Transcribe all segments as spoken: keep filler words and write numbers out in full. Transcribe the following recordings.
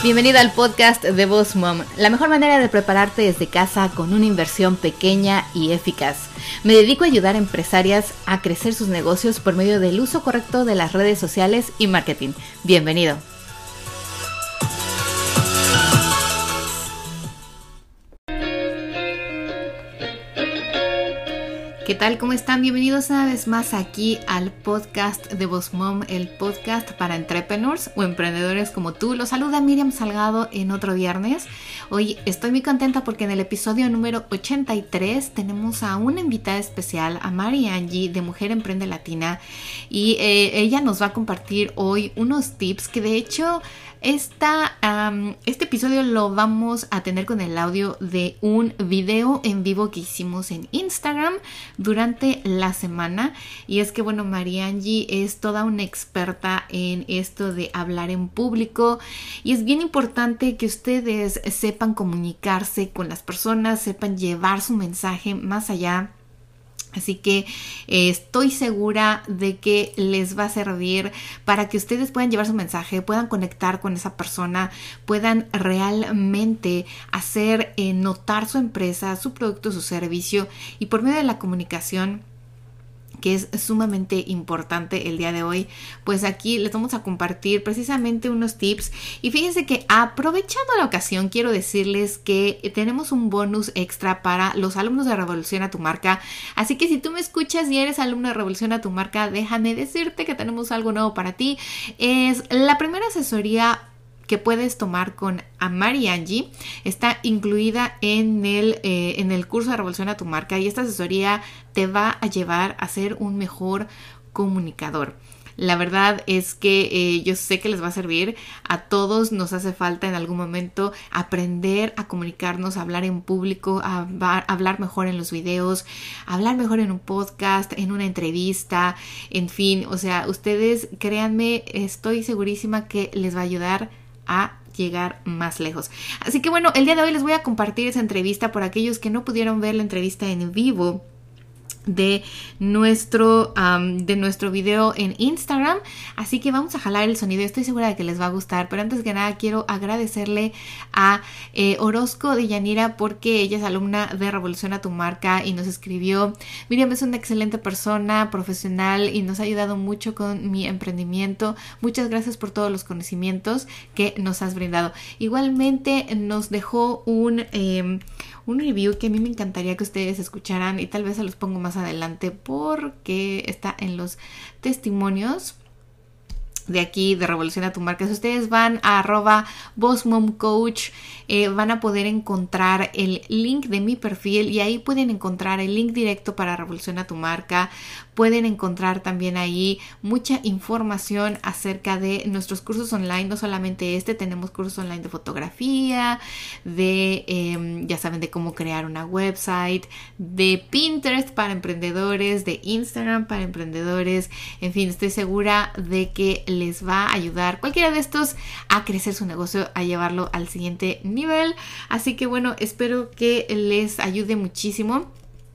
Bienvenida al podcast de Boss Mom, la mejor manera de prepararte desde casa con una inversión pequeña y eficaz. Me dedico a ayudar a empresarias a crecer sus negocios por medio del uso correcto de las redes sociales y marketing. Bienvenido. ¿Qué tal? ¿Cómo están? Bienvenidos una vez más aquí al podcast de Boss Mom, el podcast para entrepreneurs o emprendedores como tú. Los saluda Miriam Salgado en otro viernes. Hoy estoy muy contenta porque en el episodio número ochenta y tres tenemos a una invitada especial, a Mari Angie de Mujer Emprende Latina, y eh, ella nos va a compartir hoy unos tips que de hecho Esta, um, este episodio lo vamos a tener con el audio de un video en vivo que hicimos en Instagram durante la semana. Y es que, bueno, Mari Angie es toda una experta en esto de hablar en público. Y es bien importante que ustedes sepan comunicarse con las personas, sepan llevar su mensaje más allá. Así que eh, estoy segura de que les va a servir para que ustedes puedan llevar su mensaje, puedan conectar con esa persona, puedan realmente hacer eh, notar su empresa, su producto, su servicio, y por medio de la comunicación, que es sumamente importante el día de hoy, pues aquí les vamos a compartir precisamente unos tips. Y fíjense que, aprovechando la ocasión, quiero decirles que tenemos un bonus extra para los alumnos de Revolución a tu Marca. Así que si tú me escuchas y eres alumno de Revolución a tu Marca, déjame decirte que tenemos algo nuevo para ti. Es la primera asesoría que puedes tomar con Mari Angie. Está incluida en el, eh, en el curso de Revolución a tu Marca, y esta asesoría te va a llevar a ser un mejor comunicador. La verdad es que eh, yo sé que les va a servir. A todos nos hace falta en algún momento aprender a comunicarnos, a hablar en público, a, a hablar mejor en los videos, a hablar mejor en un podcast, en una entrevista, en fin. O sea, ustedes, créanme, estoy segurísima que les va a ayudar a llegar más lejos. Así que bueno, el día de hoy les voy a compartir esa entrevista por aquellos que no pudieron ver la entrevista en vivo de nuestro um, de nuestro video en Instagram. Así que vamos a jalar el sonido. Estoy segura de que les va a gustar, pero antes que nada quiero agradecerle a eh, Orozco de Yanira, porque ella es alumna de Revolución a tu Marca y nos escribió: Miriam es una excelente persona, profesional, y nos ha ayudado mucho con mi emprendimiento. Muchas gracias por todos los conocimientos que nos has brindado. Igualmente nos dejó un eh, un review que a mí me encantaría que ustedes escucharan, y tal vez se los pongo más adelante porque está en los testimonios de aquí de Revolución a tu Marca. Si ustedes van a arroba bossmomcoach, eh, van a poder encontrar el link de mi perfil, y ahí pueden encontrar el link directo para Revolución a tu Marca. Pueden encontrar también ahí mucha información acerca de nuestros cursos online. No solamente este, tenemos cursos online de fotografía, de, eh, ya saben, de cómo crear una website, de Pinterest para emprendedores, de Instagram para emprendedores. En fin, estoy segura de que les va a ayudar cualquiera de estos a crecer su negocio, a llevarlo al siguiente nivel. Así que bueno, espero que les ayude muchísimo.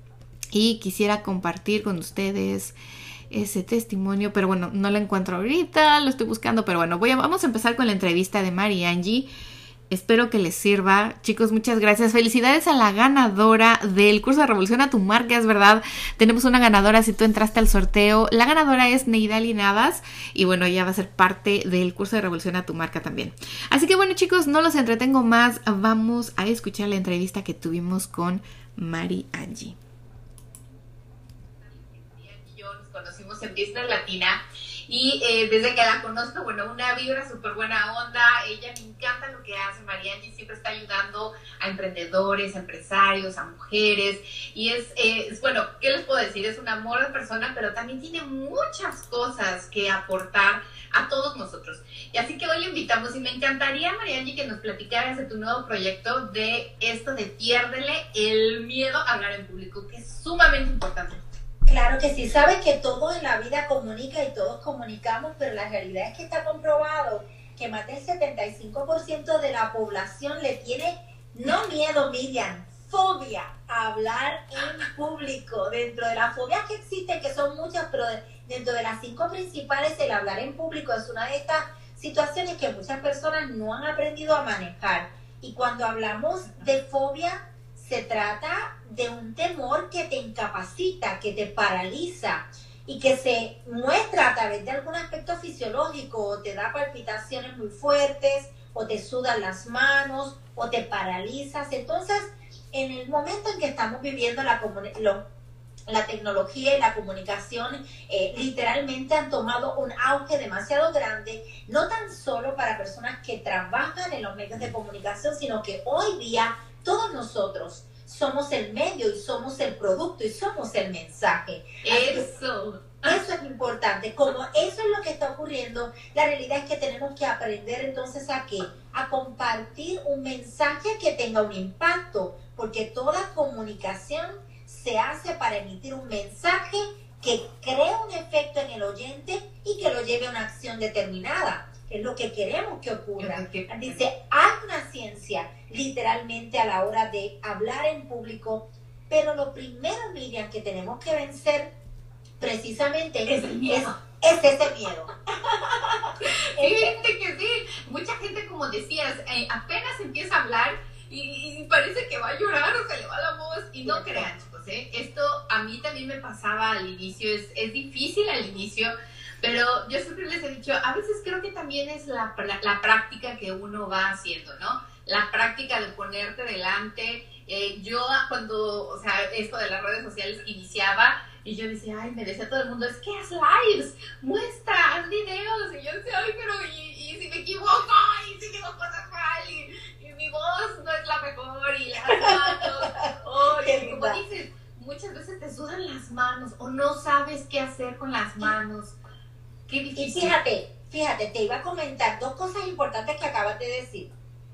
Y quisiera compartir con ustedes ese testimonio, pero bueno, no lo encuentro ahorita, lo estoy buscando, pero bueno, voy a, vamos a empezar con la entrevista de Mari Angie. Espero que les sirva. Chicos, muchas gracias. Felicidades a la ganadora del curso de Revolución a tu Marca, es verdad. Tenemos una ganadora, si tú entraste al sorteo. La ganadora es Neidali Navas, y bueno, ella va a ser parte del curso de Revolución a tu Marca también. Así que bueno, chicos, no los entretengo más. Vamos a escuchar la entrevista que tuvimos con Mari Angie. Conocimos en Business Latina, y eh, desde que la conozco, bueno, una vibra súper buena onda. Ella, me encanta lo que hace. Mari Angie siempre está ayudando a emprendedores, a empresarios, a mujeres, y es, eh, es, bueno, ¿qué les puedo decir? Es un amor de persona, pero también tiene muchas cosas que aportar a todos nosotros. Y así que hoy le invitamos, y me encantaría, Mari Angie, que nos platicaras de tu nuevo proyecto, de esto de piérdele el miedo a hablar en público, que es sumamente importante. Claro que sí, sabes que todo en la vida comunica y todos comunicamos, pero la realidad es que está comprobado que más del setenta y cinco por ciento de la población le tiene, no miedo, Miriam, fobia a hablar en público. Dentro de las fobias que existen, que son muchas, pero dentro de las cinco principales, el hablar en público es una de estas situaciones que muchas personas no han aprendido a manejar. Y cuando hablamos de fobia, se trata de un temor que te incapacita, que te paraliza y que se muestra a través de algún aspecto fisiológico, o te da palpitaciones muy fuertes, o te sudan las manos, o te paralizas. Entonces, en el momento en que estamos viviendo la, lo, la tecnología y la comunicación, eh, literalmente han tomado un auge demasiado grande, no tan solo para personas que trabajan en los medios de comunicación, sino que hoy día todos nosotros somos el medio y somos el producto y somos el mensaje. Eso. Eso es importante. Como eso es lo que está ocurriendo, la realidad es que tenemos que aprender entonces a qué? A compartir un mensaje que tenga un impacto, porque toda comunicación se hace para emitir un mensaje que cree un efecto en el oyente y que lo lleve a una acción determinada. Es lo que queremos que ocurra. Dice, hay una ciencia literalmente a la hora de hablar en público, pero lo primero, Miriam, que tenemos que vencer precisamente es, es, es ese miedo. Fíjate que sí, mucha gente, como decías, eh, apenas empieza a hablar y, y parece que va a llorar o se le va la voz, y no crean, chicos, ¿eh? Esto a mí también me pasaba al inicio, es, es difícil al inicio. Pero yo siempre les he dicho, a veces creo que también es la, la, la práctica que uno va haciendo, ¿no? La práctica de ponerte delante. Eh, yo cuando, o sea, esto de las redes sociales iniciaba, y yo decía, ay, me decía todo el mundo, es que haz lives, muestra, haz videos. Y yo decía, ay, pero y, y si me equivoco, y si digo cosas mal, y, y mi voz no es la mejor, y las manos. Oh, y como dices, muchas veces te sudan las manos, o no sabes qué hacer con las manos. Qué difícil. Y fíjate, fíjate, te iba a comentar dos cosas importantes que acabas de decir.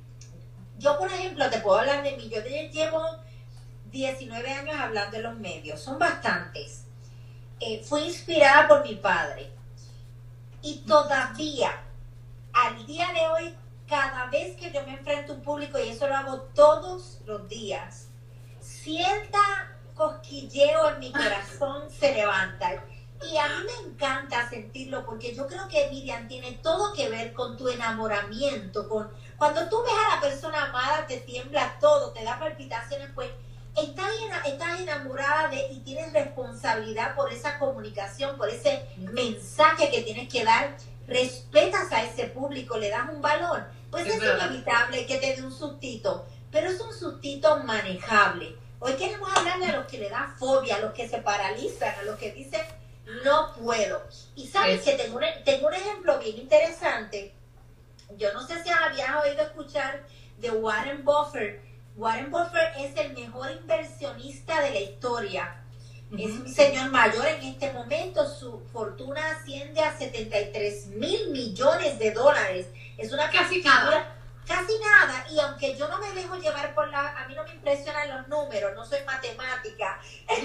Yo, por ejemplo, te puedo hablar de mí. Yo llevo diecinueve años hablando en los medios. Son bastantes. Eh, fui inspirada por mi padre. Y todavía, al día de hoy, cada vez que yo me enfrento a un público, y eso lo hago todos los días, cierta cosquilleo en mi corazón se levanta. Y a mí me encanta sentirlo, porque yo creo que, Miriam, tiene todo que ver con tu enamoramiento. Con cuando tú ves a la persona amada, te tiembla todo, te da palpitaciones, pues estás, estás enamorada de y tienes responsabilidad por esa comunicación, por ese mensaje que tienes que dar. Respetas a ese público, le das un valor. Pues es, es inevitable que te dé un sustito, pero es un sustito manejable. Hoy queremos hablarle a los que le da fobia, a los que se paralizan, a los que dicen no puedo. Y sabes es. que tengo un, tengo un ejemplo bien interesante. Yo no sé si habías oído escuchar de Warren Buffett. Warren Buffett es el mejor inversionista de la historia. Uh-huh. Es un señor mayor en este momento. Su fortuna asciende a setenta y tres mil millones de dólares. Es una casi nada. Casi nada, y aunque yo no me dejo llevar por la... A mí no me impresionan los números, no soy matemática,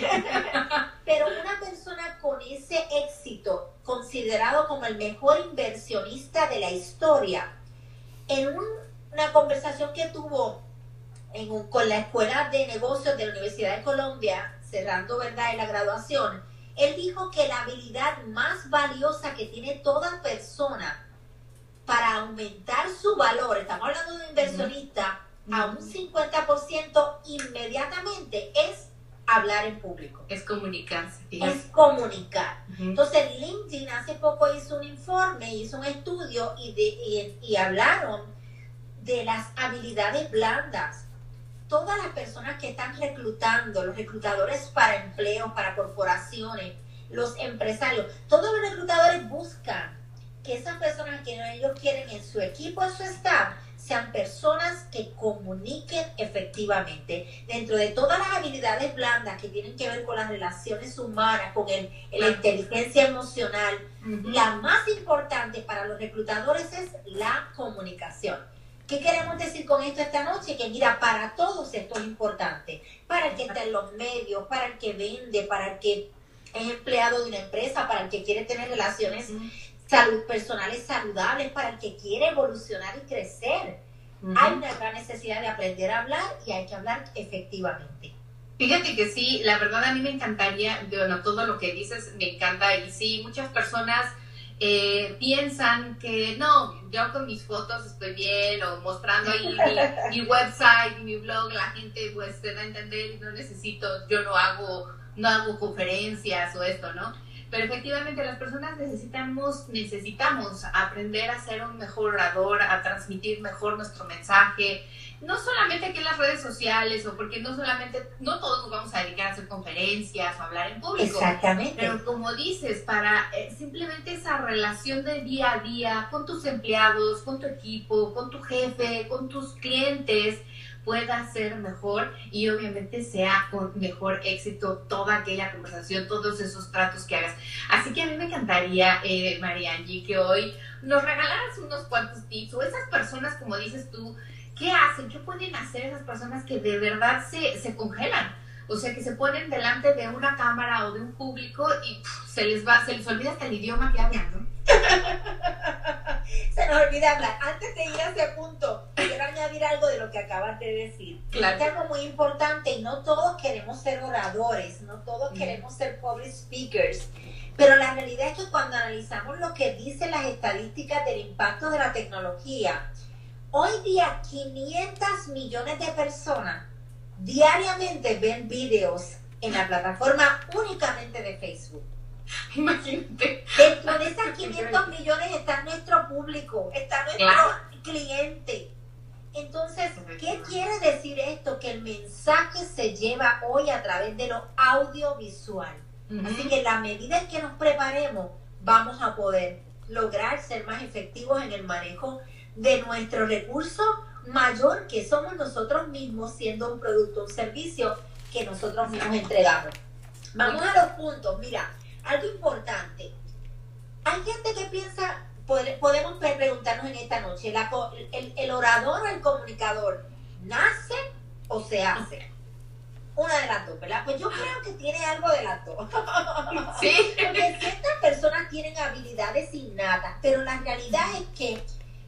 pero una persona con ese éxito, considerado como el mejor inversionista de la historia, en un, una conversación que tuvo en un, con la Escuela de Negocios de la Universidad de Colombia, cerrando, ¿verdad?, en la graduación, él dijo que la habilidad más valiosa que tiene toda persona para aumentar su valor, estamos hablando de un inversionista, uh-huh. a un cincuenta por ciento inmediatamente, es hablar en público. Es comunicarse. ¿Sí? Es comunicar. Uh-huh. Entonces, LinkedIn hace poco hizo un informe, hizo un estudio y, de, y, y hablaron de las habilidades blandas. Todas las personas que están reclutando, los reclutadores para empleos, para corporaciones, los empresarios, todos los reclutadores buscan que esas personas que ellos quieren en su equipo, en su staff, sean personas que comuniquen efectivamente. Dentro de todas las habilidades blandas que tienen que ver con las relaciones humanas, con el, la inteligencia emocional, uh-huh. la más importante para los reclutadores es la comunicación. ¿Qué queremos decir con esto esta noche? Que mira, para todos esto es importante. Para el que está en los medios, para el que vende, para el que es empleado de una empresa, para el que quiere tener relaciones uh-huh. salud personales saludables, para el que quiere evolucionar y crecer. Uh-huh. Hay una gran necesidad de aprender a hablar y hay que hablar efectivamente. Fíjate que sí, la verdad a mí me encantaría, bueno, todo lo que dices me encanta, y sí, muchas personas eh, piensan que no, yo con mis fotos estoy bien, o mostrando ahí mi, mi website, mi blog, la gente pues se da a entender y no necesito, yo no hago, no hago conferencias o esto, ¿no? Pero efectivamente las personas necesitamos, necesitamos aprender a ser un mejor orador, a transmitir mejor nuestro mensaje, no solamente aquí en las redes sociales, o porque no solamente, no todos nos vamos a dedicar a hacer conferencias o hablar en público. Exactamente. Pero como dices, para eh, simplemente esa relación de día a día con tus empleados, con tu equipo, con tu jefe, con tus clientes, pueda ser mejor y obviamente sea con mejor éxito toda aquella conversación, todos esos tratos que hagas. Así que a mí me encantaría, eh, Mariangi, que hoy nos regalaras unos cuantos tips, o esas personas, como dices tú, ¿qué hacen? ¿Qué pueden hacer esas personas que de verdad se, se congelan? O sea, que se ponen delante de una cámara o de un público y pff, se les va, se les olvida hasta el idioma que hablan, ¿no? Se nos olvida hablar. Antes de ir a ese punto, quiero añadir algo de lo que acabas de decir. Claro. Es algo muy importante, y no todos queremos ser oradores, no todos mm. queremos ser public speakers, pero la realidad es que cuando analizamos lo que dicen las estadísticas del impacto de la tecnología, hoy día quinientos millones de personas diariamente ven videos en la plataforma únicamente de Facebook. Imagínate. Dentro de esas quinientos millones está nuestro público, está nuestro claro. cliente. Entonces, ¿qué quiere decir esto? Que el mensaje se lleva hoy a través de lo audiovisual. Uh-huh. Así que en la medida en que nos preparemos, vamos a poder lograr ser más efectivos en el manejo de nuestro recurso mayor, que somos nosotros mismos, siendo un producto, un servicio que nosotros mismos entregamos. Vamos a los puntos. Mira, algo importante. Hay gente que piensa, podemos preguntarnos en esta noche, la, el, el orador o el comunicador, ¿nace o se hace? Una de las dos, ¿verdad? Pues yo creo que tiene algo de las dos. Sí. Porque ciertas personas tienen habilidades innatas, pero la realidad es que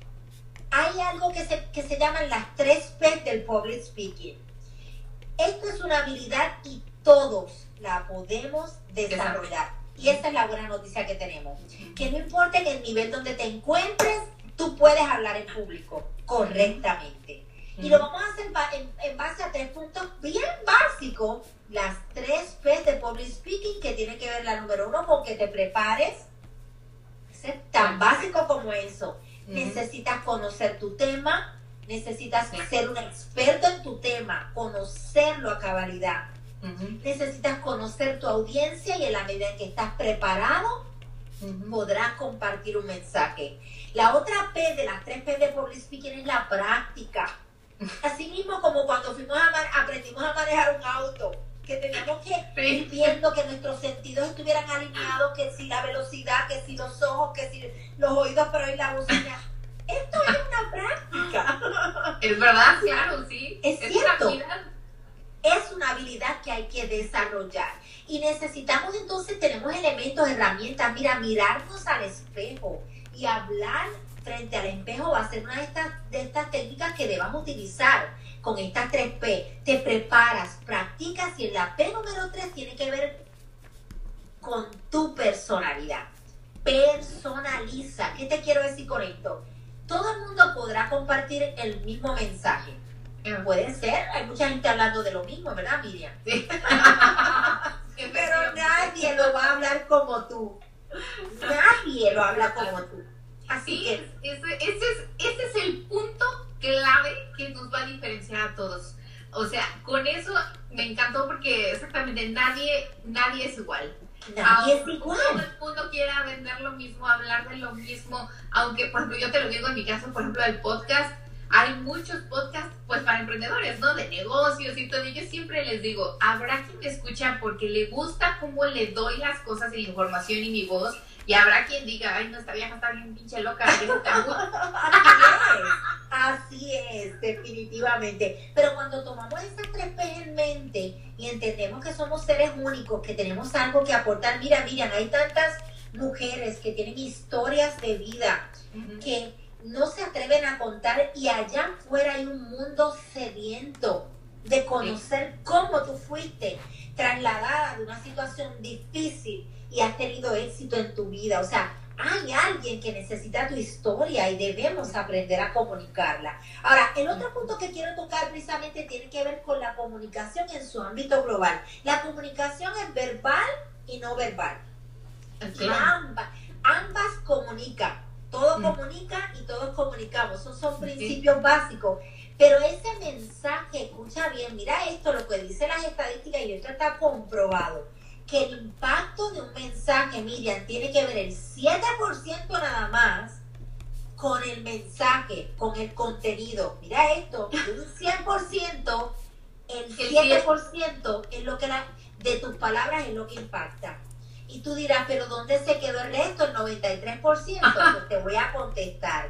hay algo que se, que se llaman las tres P del public speaking. Esto es una habilidad y todos la podemos desarrollar. Y esa es la buena noticia que tenemos. Que no importa en el nivel donde te encuentres, tú puedes hablar en público correctamente. Y lo vamos a hacer en, en base a tres puntos bien básicos. Las tres P de public speaking, que tiene que ver la número uno con que te prepares. Es tan básico como eso. Uh-huh. Necesitas conocer tu tema, necesitas ser un experto en tu tema, conocerlo a cabalidad. Uh-huh. Necesitas conocer tu audiencia, y en la medida en que estás preparado, uh-huh, podrás compartir un mensaje. La otra P de las tres P de public speaking es la práctica. Así mismo como cuando fuimos a man- aprendimos a manejar un auto, que teníamos que ir viendo que nuestros sentidos estuvieran alineados, que si la velocidad, que si los ojos, que si los oídos, pero y la bocina. Esto es una práctica. Es verdad, claro, sí. Es, es cierto. Una habilidad. Es una habilidad que hay que desarrollar. Y necesitamos entonces, tenemos elementos, herramientas. Mira, mirarnos al espejo y hablar frente al espejo va a ser una de estas, de estas técnicas que debamos utilizar con estas tres P. Te preparas, practicas, y en la P número tres tiene que ver con tu personalidad. Personaliza. ¿Qué te quiero decir con esto? Todo el mundo podrá compartir el mismo mensaje. Puede ser, hay mucha gente hablando de lo mismo, ¿verdad, Miriam? Sí. Pero nadie lo va a hablar como tú. Nadie lo habla como tú. Así sí, que ese, ese, es, ese es el punto clave que nos va a diferenciar a todos. O sea, con eso me encantó, porque exactamente nadie, nadie es igual. Nadie es igual. Todo el mundo quiera vender lo mismo, hablar de lo mismo. Aunque, por ejemplo, yo te lo digo en mi caso, por ejemplo, el podcast. Hay muchos podcasts, pues, para emprendedores, ¿no? De negocios y todo. Y yo siempre les digo, habrá quien me escucha porque le gusta cómo le doy las cosas y la información y mi voz. Y habrá quien diga, ay, no, esta vieja está bien pinche loca. Así es, así es, definitivamente. Pero cuando tomamos esas tres P en mente y entendemos que somos seres únicos, que tenemos algo que aportar. Mira, Miriam, hay tantas mujeres que tienen historias de vida, uh-huh, que no se atreven a contar, y allá afuera hay un mundo sediento de conocer, sí, cómo tú fuiste trasladada de una situación difícil y has tenido éxito en tu vida. O sea, hay alguien que necesita tu historia y debemos aprender a comunicarla. Ahora, el otro punto que quiero tocar precisamente tiene que ver con la comunicación en su ámbito global. La comunicación es verbal y no verbal. Y ambas, ambas comunican. Todo mm. comunica y todos comunicamos. Esos son principios sí. básicos. Pero ese mensaje, escucha bien, mira esto, lo que dicen las estadísticas, y esto está comprobado, que el impacto de un mensaje, Miriam, tiene que ver el siete por ciento nada más con el mensaje, con el contenido. Mira esto, de un cien por ciento, el siete por ciento es lo que la, de tus palabras es lo que impacta. Y tú dirás, pero ¿dónde se quedó el resto, el noventa y tres por ciento? Pues te voy a contestar.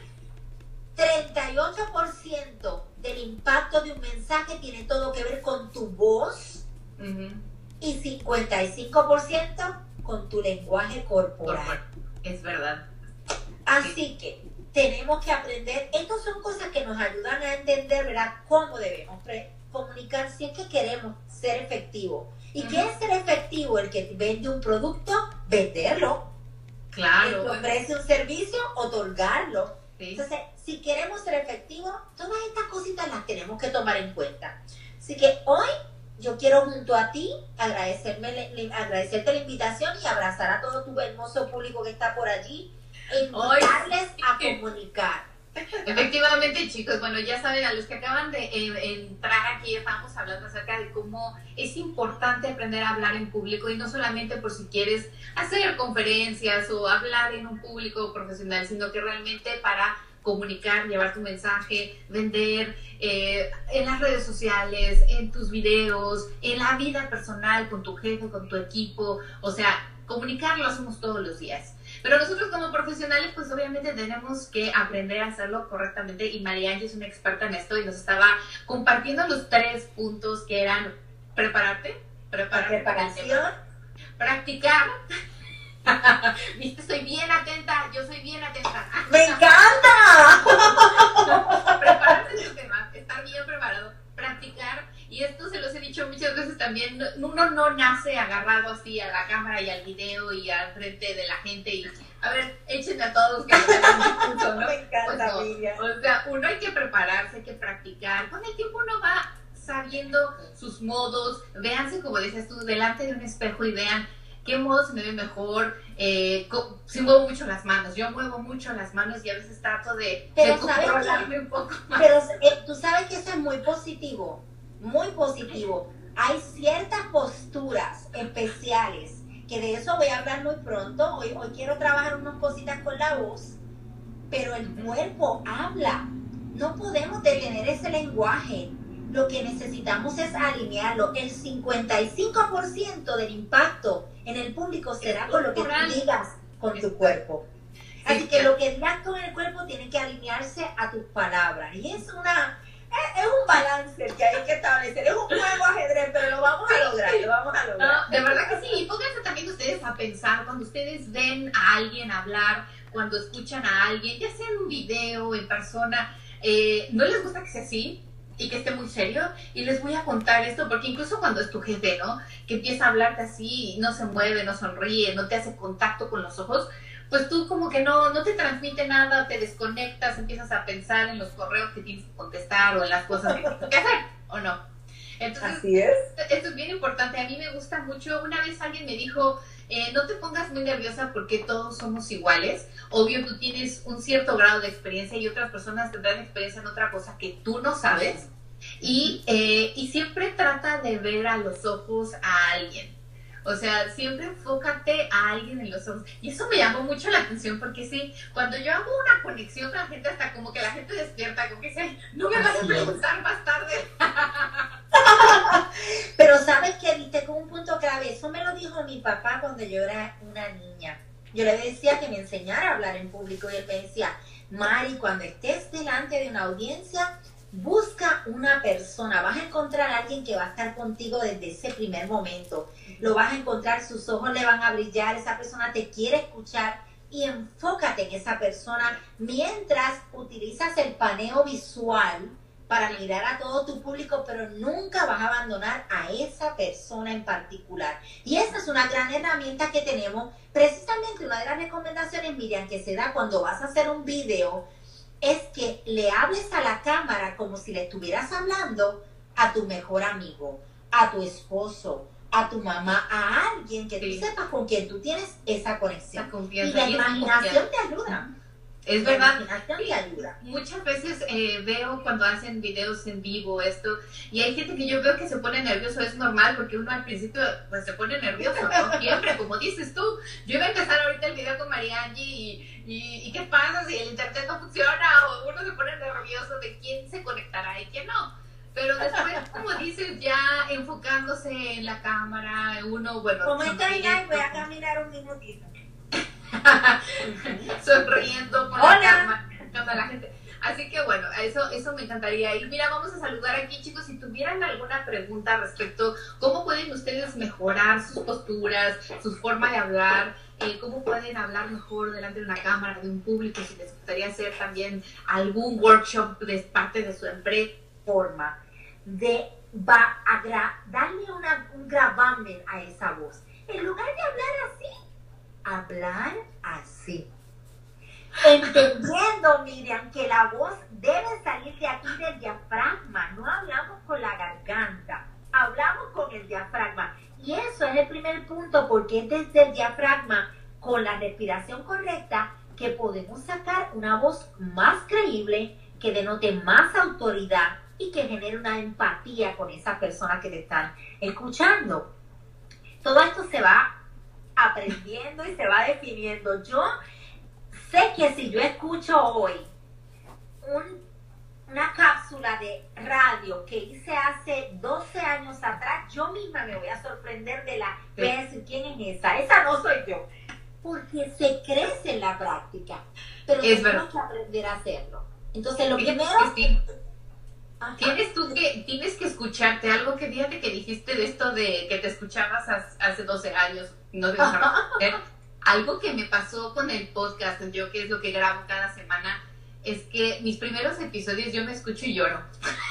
treinta y ocho por ciento del impacto de un mensaje tiene todo que ver con tu voz, uh-huh. y cincuenta y cinco por ciento con tu lenguaje corporal. Es verdad. Así sí. que tenemos que aprender. Estas son cosas que nos ayudan a entender, ¿verdad?, cómo debemos comunicar si es que queremos ser efectivos. ¿Y uh-huh. qué es ser efectivo? El que vende un producto, venderlo. Claro. El que ofrece un servicio, otorgarlo. Sí. Entonces, si queremos ser efectivos, todas estas cositas las tenemos que tomar en cuenta. Así que hoy yo quiero junto a ti agradecerme, le, agradecerte la invitación y abrazar a todo tu hermoso público que está por allí e invitarles a comunicar. Efectivamente, chicos, bueno, ya saben, a los que acaban de eh, entrar aquí, estamos hablando acerca de cómo es importante aprender a hablar en público, y no solamente por si quieres hacer conferencias o hablar en un público profesional, sino que realmente para comunicar, llevar tu mensaje, vender eh, en las redes sociales, en tus videos, en la vida personal, con tu jefe, con tu equipo. O sea, comunicar lo hacemos todos los días. Pero nosotros como profesionales, pues obviamente tenemos que aprender a hacerlo correctamente, y María Angie es una experta en esto y nos estaba compartiendo los tres puntos que eran prepararte, prepararte preparación, practicar. Viste, soy bien atenta, yo soy bien atenta. ¡Me encanta! Prepararse es el tema, estar bien preparado, practicar, y esto se los he dicho muchas veces también, uno no nace agarrado así a la cámara y al video y al frente de la gente y, a ver, échenme a todos que me punto, ¿no? Me encanta, pues no. O sea, uno hay que prepararse, hay que practicar, con el tiempo uno va sabiendo sus modos, véanse, como decías tú, delante de un espejo y vean qué modo se me ve mejor, eh, si muevo mucho las manos, yo muevo mucho las manos y a veces trato de, pero de controlarme un poco más. Pero eh, tú sabes que eso es muy positivo, muy positivo. Hay ciertas posturas especiales, que de eso voy a hablar muy pronto. Hoy, hoy quiero trabajar unas cositas con la voz, pero el cuerpo habla. No podemos detener ese lenguaje. Lo que necesitamos es alinearlo. El cincuenta y cinco por ciento del impacto en el público será con lo que tú digas con tu cuerpo. Así que lo que digas con el cuerpo tiene que alinearse a tus palabras. Y es una es, es un balance que hay que establecer. Es un juego ajedrez, pero lo vamos a lograr, lo vamos a lograr. No, de verdad que sí. Y pónganse también ustedes a pensar, cuando ustedes ven a alguien hablar, cuando escuchan a alguien, ya sea en un video, en persona, eh, ¿no les gusta que sea así? Y que esté muy serio, y les voy a contar esto, porque incluso cuando es tu jefe, ¿no?, que empieza a hablarte así, no se mueve, no sonríe, no te hace contacto con los ojos, pues tú como que no, no te transmite nada, te desconectas, empiezas a pensar en los correos que tienes que contestar o en las cosas que tienes que hacer, ¿o no? Entonces, así es. Esto es bien importante. A mí me gusta mucho. Una vez alguien me dijo, eh, no te pongas muy nerviosa porque todos somos iguales. Obvio, tú tienes un cierto grado de experiencia y otras personas tendrán experiencia en otra cosa que tú no sabes. Y, eh, y siempre trata de ver a los ojos a alguien. O sea, siempre enfócate a alguien en los ojos. Y eso me llamó mucho la atención porque sí, cuando yo hago una conexión con la gente, hasta como que la gente despierta, como que dice, no me vas a preguntar más tarde. Pero ¿sabes qué? Viste con un punto clave. Eso me lo dijo mi papá cuando yo era una niña. Yo le decía que me enseñara a hablar en público y él me decía, Mari, cuando estés delante de una audiencia, busca una persona, vas a encontrar a alguien que va a estar contigo desde ese primer momento, lo vas a encontrar, sus ojos le van a brillar, esa persona te quiere escuchar y enfócate en esa persona mientras utilizas el paneo visual para mirar a todo tu público, pero nunca vas a abandonar a esa persona en particular. Y esa es una gran herramienta que tenemos. Precisamente una de las recomendaciones, Miriam, que se da cuando vas a hacer un video, es que le hables a la cámara como si le estuvieras hablando a tu mejor amigo, a tu esposo, a tu mamá, a alguien que sí. tú sepas con quien tú tienes esa conexión. Esa confianza. Y la imaginación te ayuda. Es verdad, te ayuda. Muchas veces eh, veo cuando hacen videos en vivo esto, y hay gente que yo veo que se pone nervioso, es normal, porque uno al principio pues se pone nervioso, ¿no? Siempre, como dices tú. Yo iba a empezar ahorita el video con María Angie y, y, y ¿qué pasa si el internet no funciona? O uno se pone nervioso de quién se conectará y quién no. Pero después, como dices, ya enfocándose en la cámara, uno, bueno... Como está ya, voy a caminar un minutito. Sonriendo con la cámara, a la gente. Así que bueno, eso, eso me encantaría. Y mira, vamos a saludar aquí, chicos. Si tuvieran alguna pregunta respecto cómo pueden ustedes mejorar sus posturas, su forma de hablar, eh, cómo pueden hablar mejor delante de una cámara, de un público, si les gustaría hacer también algún workshop de parte de su empresa, forma de va a gra darle una, un gravamen a esa voz. En lugar de hablar así, hablar así. Entendiendo, Miriam, que la voz debe salir de aquí del diafragma. No hablamos con la garganta, hablamos con el diafragma. Y eso es el primer punto, porque es desde el diafragma, con la respiración correcta, que podemos sacar una voz más creíble, que denote más autoridad y que genere una empatía con esas personas que te están escuchando. Todo esto se va aprendiendo y se va definiendo. Yo sé que si yo escucho hoy un, una cápsula de radio que hice hace doce años atrás, yo misma me voy a sorprender de la... Sí. Voy a decir, ¿quién es esa? Esa no soy yo. Porque se crece en la práctica. Pero es tenemos verdad. que aprender a hacerlo. Entonces, lo Fíjate primero... que sí. Ajá. Tienes tú que, tienes que escucharte algo que fíjate que dijiste de esto de que te escuchabas hace doce años, no te dejaba hacer. Algo que me pasó con el podcast, yo que es lo que grabo cada semana, es que mis primeros episodios yo me escucho y lloro.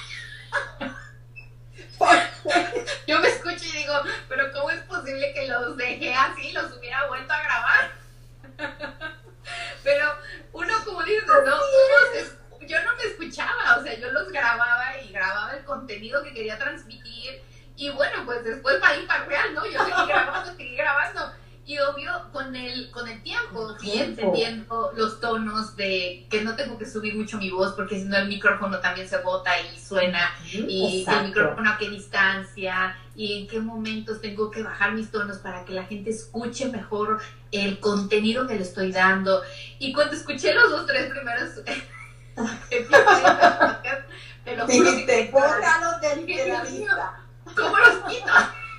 Yo me escucho y digo, pero ¿cómo es posible que los dejé así, los hubiera vuelto a grabar? Pero uno, como dices, no, uno, yo no me escuchaba, o sea, yo los grababa y grababa el contenido que quería transmitir, y bueno, pues después para ir para el real, ¿no? Yo seguí grabando, seguí grabando. Y obvio, con el, con el tiempo, fui entendiendo los tonos de que no tengo que subir mucho mi voz, porque si no el micrófono también se bota y suena, y Exacto. el micrófono a qué distancia, y en qué momentos tengo que bajar mis tonos para que la gente escuche mejor el contenido que le estoy dando. Y cuando escuché los dos, tres primeros episodios, te lo juro que... bórralos de, de la lista. ¿Cómo los quito?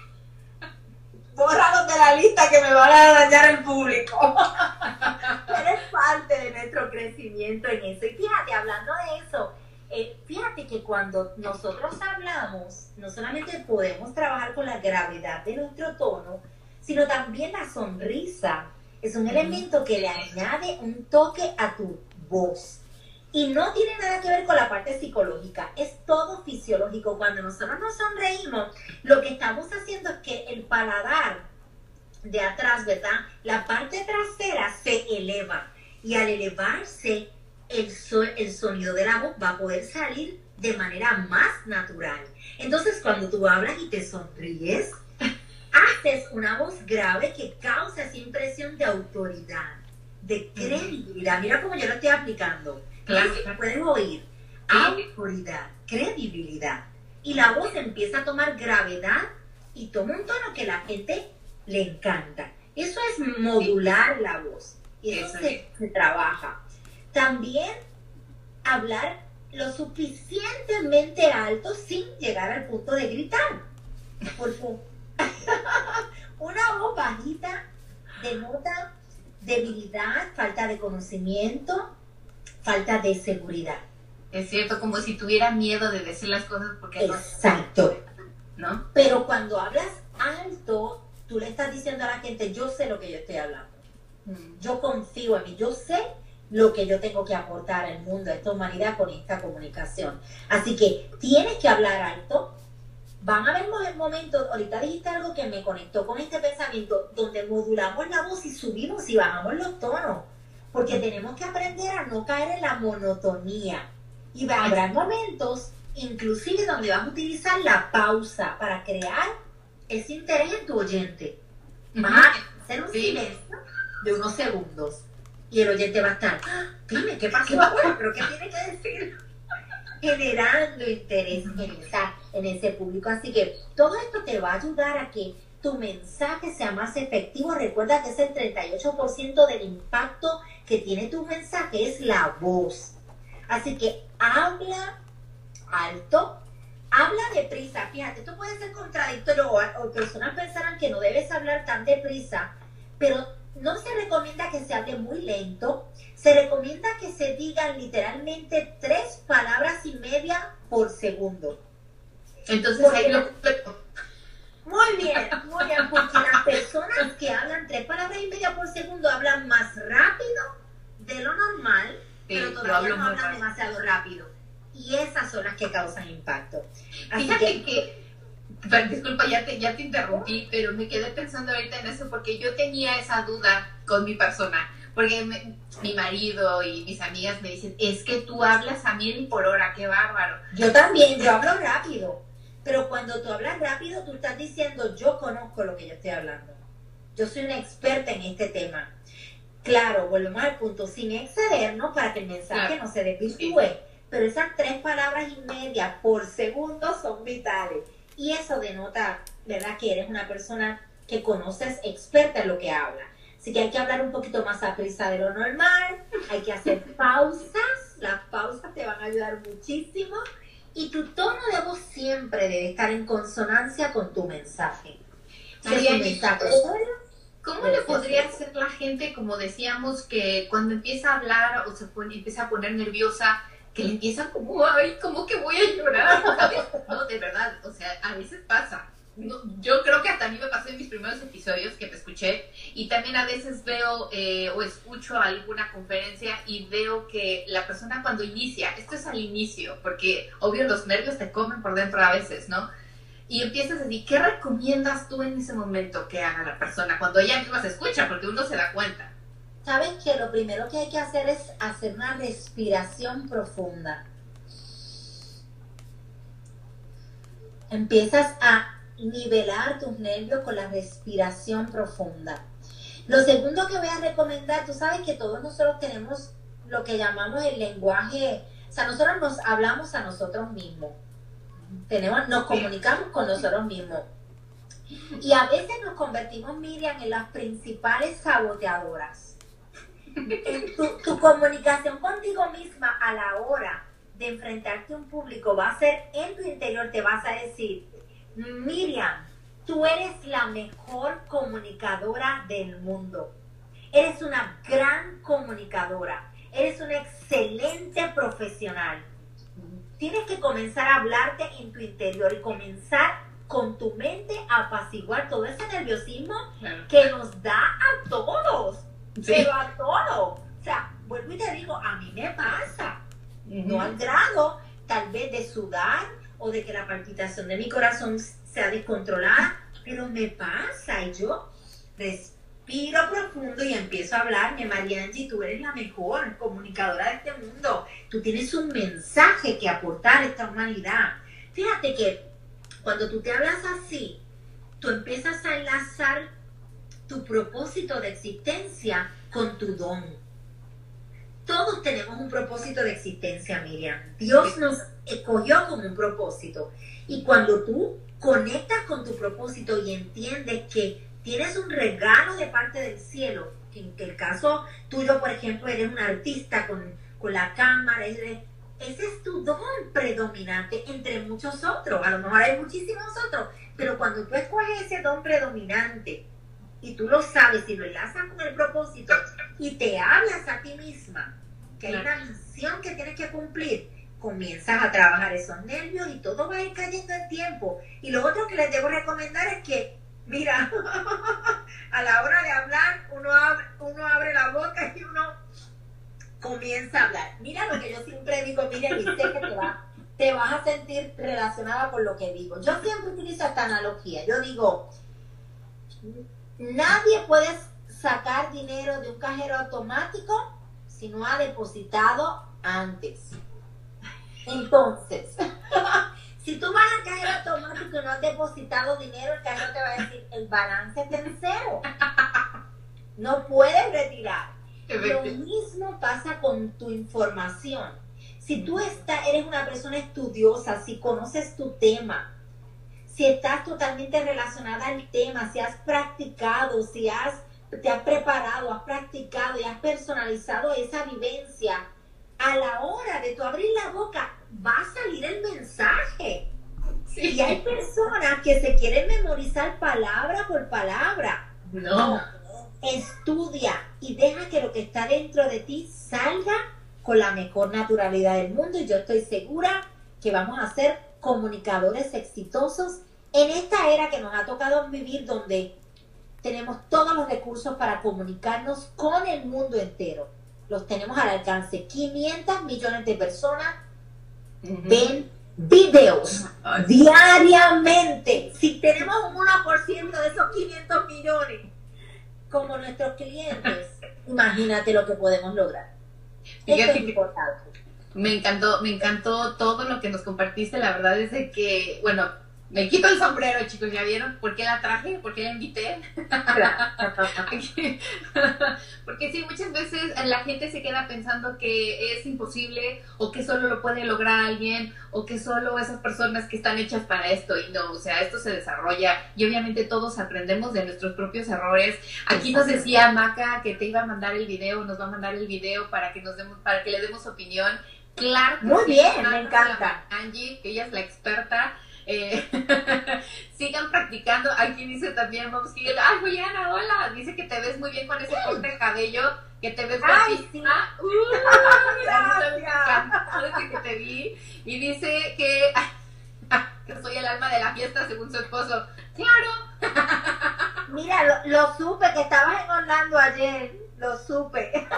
Bórralos de la lista que me van a dañar el público. Eres parte de nuestro crecimiento en eso. Y fíjate, hablando de eso, eh, fíjate que cuando nosotros hablamos, no solamente podemos trabajar con la gravedad de nuestro tono, sino también la sonrisa. Es un elemento que le añade un toque a tu voz. Y no tiene nada que ver con la parte psicológica, es todo fisiológico. Cuando nosotros nos sonreímos, lo que estamos haciendo es que el paladar de atrás, ¿verdad? La parte trasera se eleva, y al elevarse, el, so el sonido de la voz va a poder salir de manera más natural. Entonces, cuando tú hablas y te sonríes, haces una voz grave que causa esa impresión de autoridad, de credibilidad. Mira cómo yo lo estoy aplicando. Claro. Puedes oír autoridad, credibilidad, y la voz empieza a tomar gravedad y toma un tono que la gente le encanta. Eso es modular la voz, y eso, eso se, se trabaja. También hablar lo suficientemente alto sin llegar al punto de gritar, porque una voz bajita denota debilidad, falta de conocimiento, falta de seguridad. Es cierto, como si tuviera miedo de decir las cosas porque Exacto. no... ¿no? Pero cuando hablas alto, tú le estás diciendo a la gente, yo sé lo que yo estoy hablando. Mm. Yo confío en mí, yo sé lo que yo tengo que aportar al mundo, a esta humanidad con esta comunicación. Así que tienes que hablar alto. Van a haber momentos, ahorita dijiste algo que me conectó con este pensamiento, donde modulamos la voz y subimos y bajamos los tonos, porque tenemos que aprender a no caer en la monotonía. Y habrá momentos, inclusive, donde vas a utilizar la pausa para crear ese interés en tu oyente. Vas a hacer un silencio de unos segundos y el oyente va a estar, ¡ah! Dime, ¿qué pasó? ¿Pero qué tiene que decir? Generando interés en, esa, en ese público. Así que todo esto te va a ayudar a que tu mensaje sea más efectivo. Recuerda que es el treinta y ocho por ciento del impacto que tiene tu mensaje, es la voz. Así que habla alto, habla deprisa. Fíjate, esto puede ser contradictorio o, o personas pensarán que no debes hablar tan deprisa, pero no se recomienda que se hable muy lento. Se recomienda que se digan literalmente tres palabras y media por segundo. Entonces ahí lo completo. Muy bien, muy bien, porque las personas que hablan tres palabras y media por segundo hablan más rápido de lo normal, sí, pero todavía no hablan demasiado rápido. Y esas son las que causan impacto. Así Fíjate que, que disculpa, ya te, ya te interrumpí, pero me quedé pensando ahorita en eso porque yo tenía esa duda con mi persona. Porque me, mi marido y mis amigas me dicen, es que tú hablas a mil por hora, qué bárbaro. Yo también, yo hablo rápido. Pero cuando tú hablas rápido, tú estás diciendo, yo conozco lo que yo estoy hablando. Yo soy una experta en este tema. Claro, volvemos al punto, sin excedernos para que el mensaje claro. no se desvirtúe. Sí. Pero esas tres palabras y media por segundo son vitales. Y eso denota, ¿verdad?, que eres una persona que conoces, experta en lo que habla. Así que hay que hablar un poquito más a prisa de lo normal, hay que hacer pausas, las pausas te van a ayudar muchísimo y tu tono de voz siempre debe estar en consonancia con tu mensaje. María, ¿cómo le podría hacer la gente, como decíamos, que cuando empieza a hablar o se pone, empieza a poner nerviosa, que le empieza como, ay, como que voy a llorar? No, de verdad, o sea, a veces pasa. No, yo creo que hasta a mí me pasó en mis primeros episodios que te escuché y también a veces veo eh, o escucho alguna conferencia y veo que la persona cuando inicia, esto es al inicio, porque obvio los nervios te comen por dentro a veces, ¿no? Y empiezas a decir, ¿qué recomiendas tú en ese momento que haga la persona cuando ella misma se escucha? Porque uno se da cuenta. ¿Sabes que lo primero que hay que hacer es hacer una respiración profunda? Empiezas a nivelar tus nervios con la respiración profunda. Lo segundo que voy a recomendar, tú sabes que todos nosotros tenemos lo que llamamos el lenguaje, o sea, nosotros nos hablamos a nosotros mismos, tenemos, nos comunicamos con nosotros mismos y a veces nos convertimos, Miriam, en las principales saboteadoras. En tu, tu comunicación contigo misma a la hora de enfrentarte a un público va a ser en tu interior, te vas a decir, Miriam, tú eres la mejor comunicadora del mundo. Eres una gran comunicadora. Eres una excelente profesional. Tienes que comenzar a hablarte en tu interior y comenzar con tu mente a apaciguar todo ese nerviosismo claro. que nos da a todos. Sí. Pero a todos. O sea, vuelvo y te digo, a mí me pasa. Uh-huh. No al grado, tal vez, de sudar o de que la palpitación de mi corazón sea descontrolada, pero me pasa y yo respiro profundo y empiezo a hablarme. María Angie, tú eres la mejor comunicadora de este mundo, tú tienes un mensaje que aportar a esta humanidad. Fíjate que cuando tú te hablas así, tú empiezas a enlazar tu propósito de existencia con tu don. Todos tenemos un propósito de existencia, Miriam. Dios nos escogió con un propósito. Y cuando tú conectas con tu propósito y entiendes que tienes un regalo de parte del cielo, que en el caso tuyo, por ejemplo, eres un artista con, con la cámara, eres, ese es tu don predominante entre muchos otros. A lo mejor hay muchísimos otros, pero cuando tú escoges ese don predominante y tú lo sabes y lo enlazas con el propósito y te hablas a ti misma que hay una misión que tienes que cumplir, comienzas a trabajar esos nervios y todo va a ir cayendo en tiempo. Y lo otro que les debo recomendar es que, mira, a la hora de hablar uno abre, uno abre la boca y uno comienza a hablar. Mira lo que yo siempre digo, Miriam, y sé que te, va, te vas a sentir relacionada con lo que digo. Yo siempre utilizo esta analogía. Yo digo, nadie puede sacar dinero de un cajero automático si no ha depositado antes. Entonces, si tú vas al cajero automático y no has depositado dinero, el cajero te va a decir, el balance está en cero. No puedes retirar. Lo mismo pasa con tu información. Si tú estás, eres una persona estudiosa, si conoces tu tema, si estás totalmente relacionada al tema, si has practicado, si has, te has preparado, has practicado y has personalizado esa vivencia, a la hora de tú abrir la boca, va a salir el mensaje. Sí. Y hay personas que se quieren memorizar palabra por palabra. No. Estudia y deja que lo que está dentro de ti salga con la mejor naturalidad del mundo. Y yo estoy segura que vamos a ser comunicadores exitosos en esta era que nos ha tocado vivir, donde tenemos todos los recursos para comunicarnos con el mundo entero. Los tenemos al alcance. quinientos millones de personas uh-huh. ven videos uh-huh. diariamente. Si tenemos un uno por ciento de esos quinientos millones como nuestros clientes, imagínate lo que podemos lograr. Esto es importante. Me encantó, me encantó todo lo que nos compartiste. La verdad es de que, bueno, me quito el sombrero, chicos, ¿ya vieron por qué la traje? ¿Por qué la invité? Porque sí, muchas veces la gente se queda pensando que es imposible, o que solo lo puede lograr alguien, o que solo esas personas que están hechas para esto. Y no, o sea, esto se desarrolla y obviamente todos aprendemos de nuestros propios errores. Aquí nos decía Maca que te iba a mandar el video, nos va a mandar el video para que nos demos, para que le demos opinión. Claro. Muy bien, me encanta. Angie, que ella es la experta. Eh, sigan practicando. Aquí dice también Moms Hill, ay Juliana, hola, dice que te ves muy bien con ese corte de cabello, que te ves ay, sí. uh, gracias, desde que te vi. Y dice que, que soy el alma de la fiesta según su esposo. Claro. Mira, lo, lo supe, que estabas en Orlando ayer, lo supe.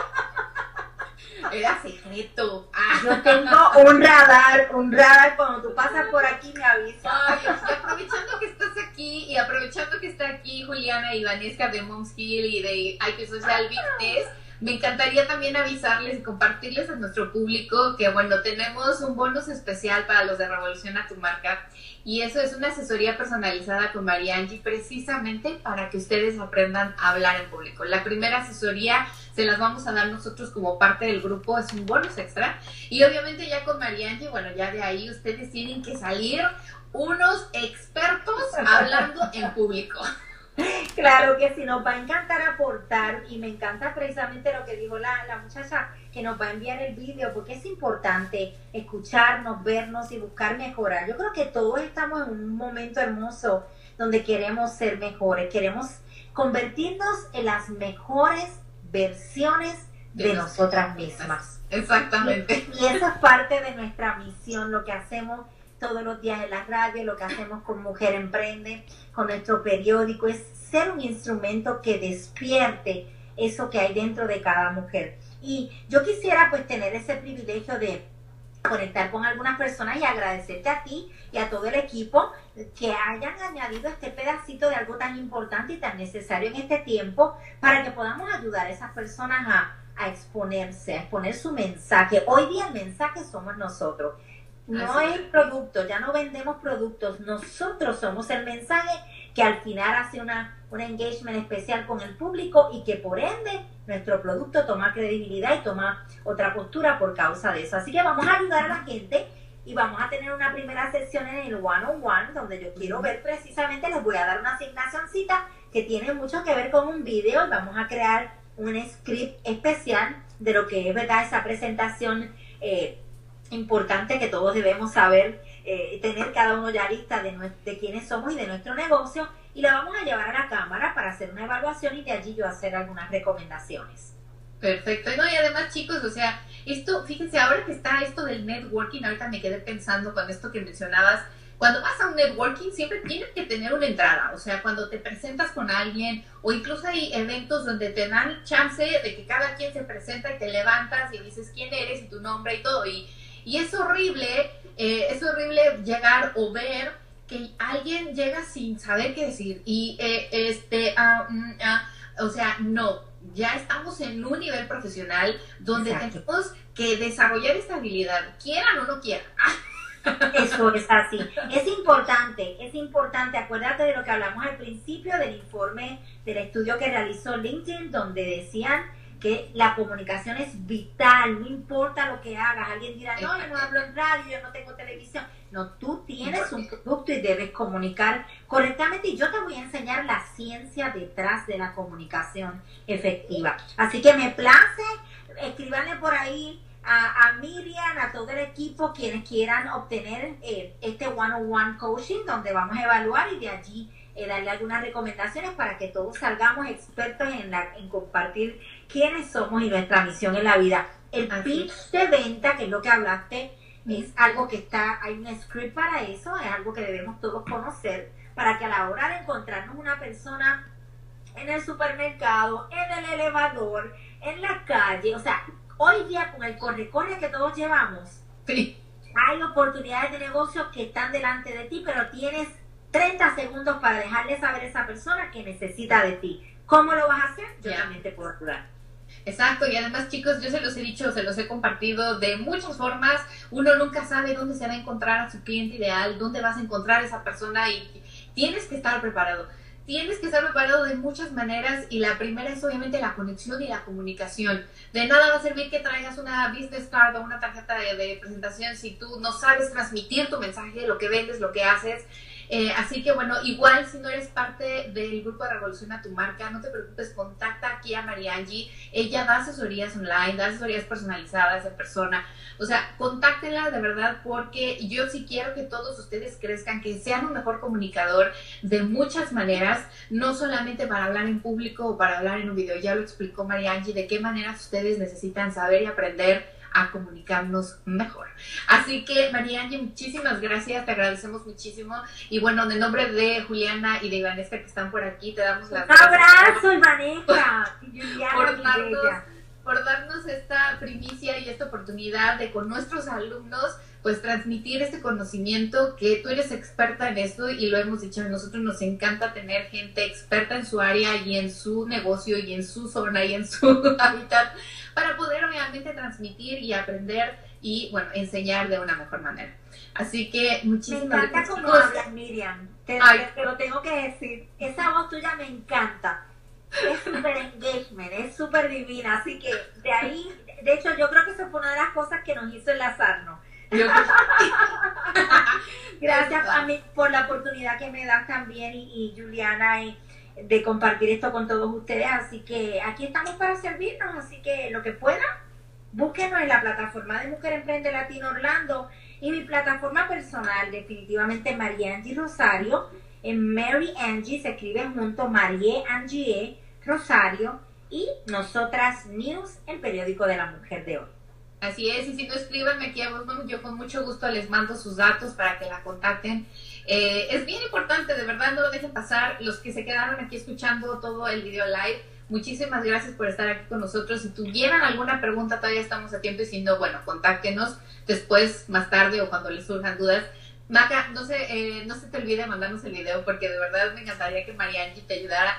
Era secreto. Ah. Yo tengo un radar, un radar, cuando tú pasas por aquí me avisas. Ay, y aprovechando que estás aquí, y aprovechando que está aquí Juliana y Vanessa de Moms Hill y de I Q Social Business, me encantaría también avisarles y compartirles a nuestro público que, bueno, tenemos un bonus especial para los de Revoluciona tu Marca, y eso es una asesoría personalizada con María Angie, precisamente para que ustedes aprendan a hablar en público. La primera asesoría se las vamos a dar nosotros como parte del grupo, es un bonus extra, y obviamente ya con María Angie, bueno, ya de ahí ustedes tienen que salir unos expertos hablando en público. Claro que sí, nos va a encantar aportar, y me encanta precisamente lo que dijo la, la muchacha que nos va a enviar el vídeo, porque es importante escucharnos, vernos y buscar mejorar. Yo creo que todos estamos en un momento hermoso donde queremos ser mejores, queremos convertirnos en las mejores versiones de, de nosotras mismas. Exactamente. Y, y eso es parte de nuestra misión, lo que hacemos todos los días en la radio, lo que hacemos con Mujer Emprende, con nuestro periódico, es ser un instrumento que despierte eso que hay dentro de cada mujer. Y yo quisiera pues tener ese privilegio de conectar con algunas personas y agradecerte a ti y a todo el equipo que hayan añadido este pedacito de algo tan importante y tan necesario en este tiempo, para que podamos ayudar a esas personas a, a exponerse, a exponer su mensaje. Hoy día el mensaje somos nosotros. No es el producto, ya no vendemos productos, nosotros somos el mensaje que al final hace una, un engagement especial con el público, y que por ende nuestro producto toma credibilidad y toma otra postura por causa de eso. Así que vamos a ayudar a la gente y vamos a tener una primera sesión en el one on one, donde yo quiero ver precisamente, les voy a dar una asignacióncita que tiene mucho que ver con un video, y vamos a crear un script especial de lo que es, ¿verdad?, esa presentación eh, importante que todos debemos saber, eh, tener cada uno ya lista de, de quiénes somos y de nuestro negocio, y la vamos a llevar a la cámara para hacer una evaluación, y de allí yo hacer algunas recomendaciones. Perfecto. No, y además, chicos, o sea, esto, fíjense, ahora que está esto del networking, ahorita me quedé pensando con esto que mencionabas, cuando vas a un networking siempre tienes que tener una entrada, o sea, cuando te presentas con alguien, o incluso hay eventos donde te dan chance de que cada quien se presenta y te levantas y dices quién eres y tu nombre y todo, y, y es horrible, eh, es horrible llegar o ver que alguien llega sin saber qué decir, y eh, este, uh, uh, uh, o sea, no, ya estamos en un nivel profesional donde Exacto. tenemos que desarrollar esta habilidad, quieran o no quieran. Eso es así. Es importante, es importante. Acuérdate de lo que hablamos al principio del informe del estudio que realizó LinkedIn, donde decían que la comunicación es vital, no importa lo que hagas. Alguien dirá, no, yo no hablo en radio, yo no tengo televisión. No, tú tienes un producto y debes comunicar correctamente, y yo te voy a enseñar la ciencia detrás de la comunicación efectiva. Así que me place, escríbanle por ahí a, a Miriam, a todo el equipo, quienes quieran obtener eh, este one-on-one coaching, donde vamos a evaluar y de allí eh, darle algunas recomendaciones para que todos salgamos expertos en, la, en compartir quiénes somos y nuestra misión en la vida. El pitch de venta, que es lo que hablaste, es algo que está, hay un script para eso, es algo que debemos todos conocer, para que a la hora de encontrarnos una persona en el supermercado, en el elevador, en la calle, o sea, hoy día con el corre-corre que todos llevamos, sí. hay oportunidades de negocio que están delante de ti, pero tienes treinta segundos para dejarle saber a esa persona que necesita de ti. ¿Cómo lo vas a hacer? Yo yeah. también te puedo ayudar. Exacto, y además, chicos, yo se los he dicho, se los he compartido de muchas formas. Uno nunca sabe dónde se va a encontrar a su cliente ideal, dónde vas a encontrar a esa persona, y tienes que estar preparado. Tienes que estar preparado de muchas maneras, y la primera es obviamente la conexión y la comunicación. De nada va a servir que traigas una business card o una tarjeta de, de presentación si tú no sabes transmitir tu mensaje, lo que vendes, lo que haces. Eh, así que bueno, igual si no eres parte del grupo de Revoluciona tu Marca, no te preocupes, contacta aquí a María Angie. Ella da asesorías online, da asesorías personalizadas en persona. O sea, contáctenla de verdad, porque yo sí quiero que todos ustedes crezcan, que sean un mejor comunicador de muchas maneras, no solamente para hablar en público o para hablar en un video. Ya lo explicó María Angie de qué maneras ustedes necesitan saber y aprender a comunicarnos mejor. Así que, María Angie, muchísimas gracias, te agradecemos muchísimo. Y bueno, de nombre de Juliana y de Ivanesca, que están por aquí, te damos las gracias. Un abrazo, Ivanesca. por, darnos, por darnos esta primicia y esta oportunidad de con nuestros alumnos, pues transmitir este conocimiento, que tú eres experta en esto y lo hemos dicho, a nosotros nos encanta tener gente experta en su área y en su negocio y en su zona y en su hábitat, para poder obviamente transmitir y aprender y, bueno, enseñar de una mejor manera. Así que muchísimas gracias. Me encanta cómo hablas, Miriam. Te, te, te lo tengo que decir. Esa voz tuya me encanta. Es súper engagement, es súper divina. Así que de ahí, de hecho, yo creo que eso fue una de las cosas que nos hizo enlazarnos. Yo gracias a mí por la oportunidad que me das también, y, y Juliana, y de compartir esto con todos ustedes. Así que aquí estamos para servirnos, así que lo que puedan, búsquenos en la plataforma de Mujer Emprende Latino Orlando, y mi plataforma personal, definitivamente María Angie Rosario. En Mary Angie se escribe junto, Marie Angie Rosario, y Nosotras News, el periódico de la mujer de hoy. Así es, y si no, escríbanme aquí a Bosmom, yo con mucho gusto les mando sus datos para que la contacten. Eh, es bien importante, de verdad, no lo dejen pasar. Los que se quedaron aquí escuchando todo el video live, muchísimas gracias por estar aquí con nosotros. Si tuvieran alguna pregunta, todavía estamos a tiempo, y si no, bueno, contáctenos después, más tarde, o cuando les surjan dudas. Maca, no se, eh, no se te olvide mandarnos el video, porque de verdad me encantaría que María Angie te ayudara.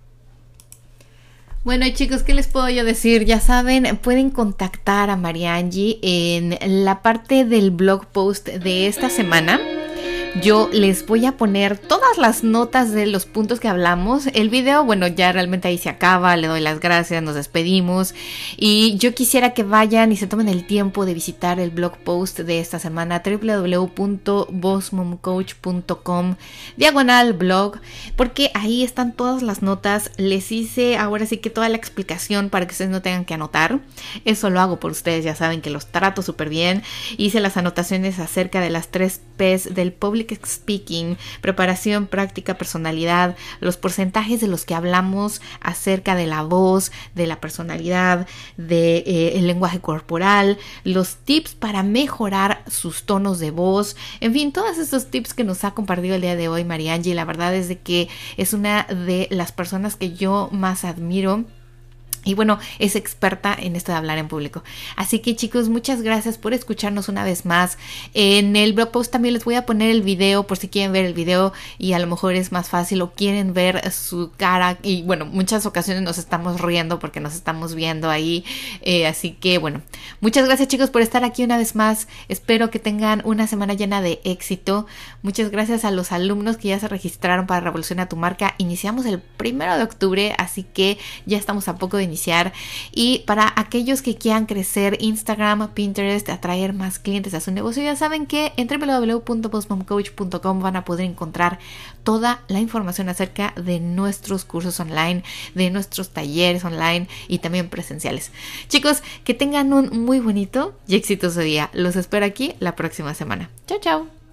Bueno, chicos, ¿qué les puedo yo decir? Ya saben, pueden contactar a María Angie en la parte del blog post de esta semana. Yo les voy a poner todas las notas de los puntos que hablamos. El video, bueno, ya realmente ahí se acaba. Le doy las gracias, nos despedimos. Y yo quisiera que vayan y se tomen el tiempo de visitar el blog post de esta semana, doble u doble u doble u punto bossmomcoach punto com diagonal blog, porque ahí están todas las notas. Les hice ahora sí que toda la explicación para que ustedes no tengan que anotar. Eso lo hago por ustedes, ya saben que los trato súper bien. Hice las anotaciones acerca de las tres P's del Public public speaking, preparación, práctica, personalidad, los porcentajes de los que hablamos acerca de la voz, de la personalidad, de eh, el lenguaje corporal, los tips para mejorar sus tonos de voz, en fin, todos esos tips que nos ha compartido el día de hoy Mariangi. La verdad es de que es una de las personas que yo más admiro. Y bueno, es experta en esto de hablar en público. Así que chicos, muchas gracias por escucharnos una vez más. En el blog post también les voy a poner el video por si quieren ver el video y a lo mejor es más fácil o quieren ver su cara. Y bueno, muchas ocasiones nos estamos riendo porque nos estamos viendo ahí. Eh, así que bueno, muchas gracias chicos por estar aquí una vez más. Espero que tengan una semana llena de éxito. Muchas gracias a los alumnos que ya se registraron para Revoluciona tu Marca. Iniciamos el primero de octubre, así que ya estamos a poco de iniciar. Y para aquellos que quieran crecer Instagram, Pinterest, atraer más clientes a su negocio, ya saben que en doble u doble u doble u punto boss mom coach punto com van a poder encontrar toda la información acerca de nuestros cursos online, de nuestros talleres online y también presenciales. Chicos, que tengan un muy bonito y exitoso día. Los espero aquí la próxima semana. Chao, chao.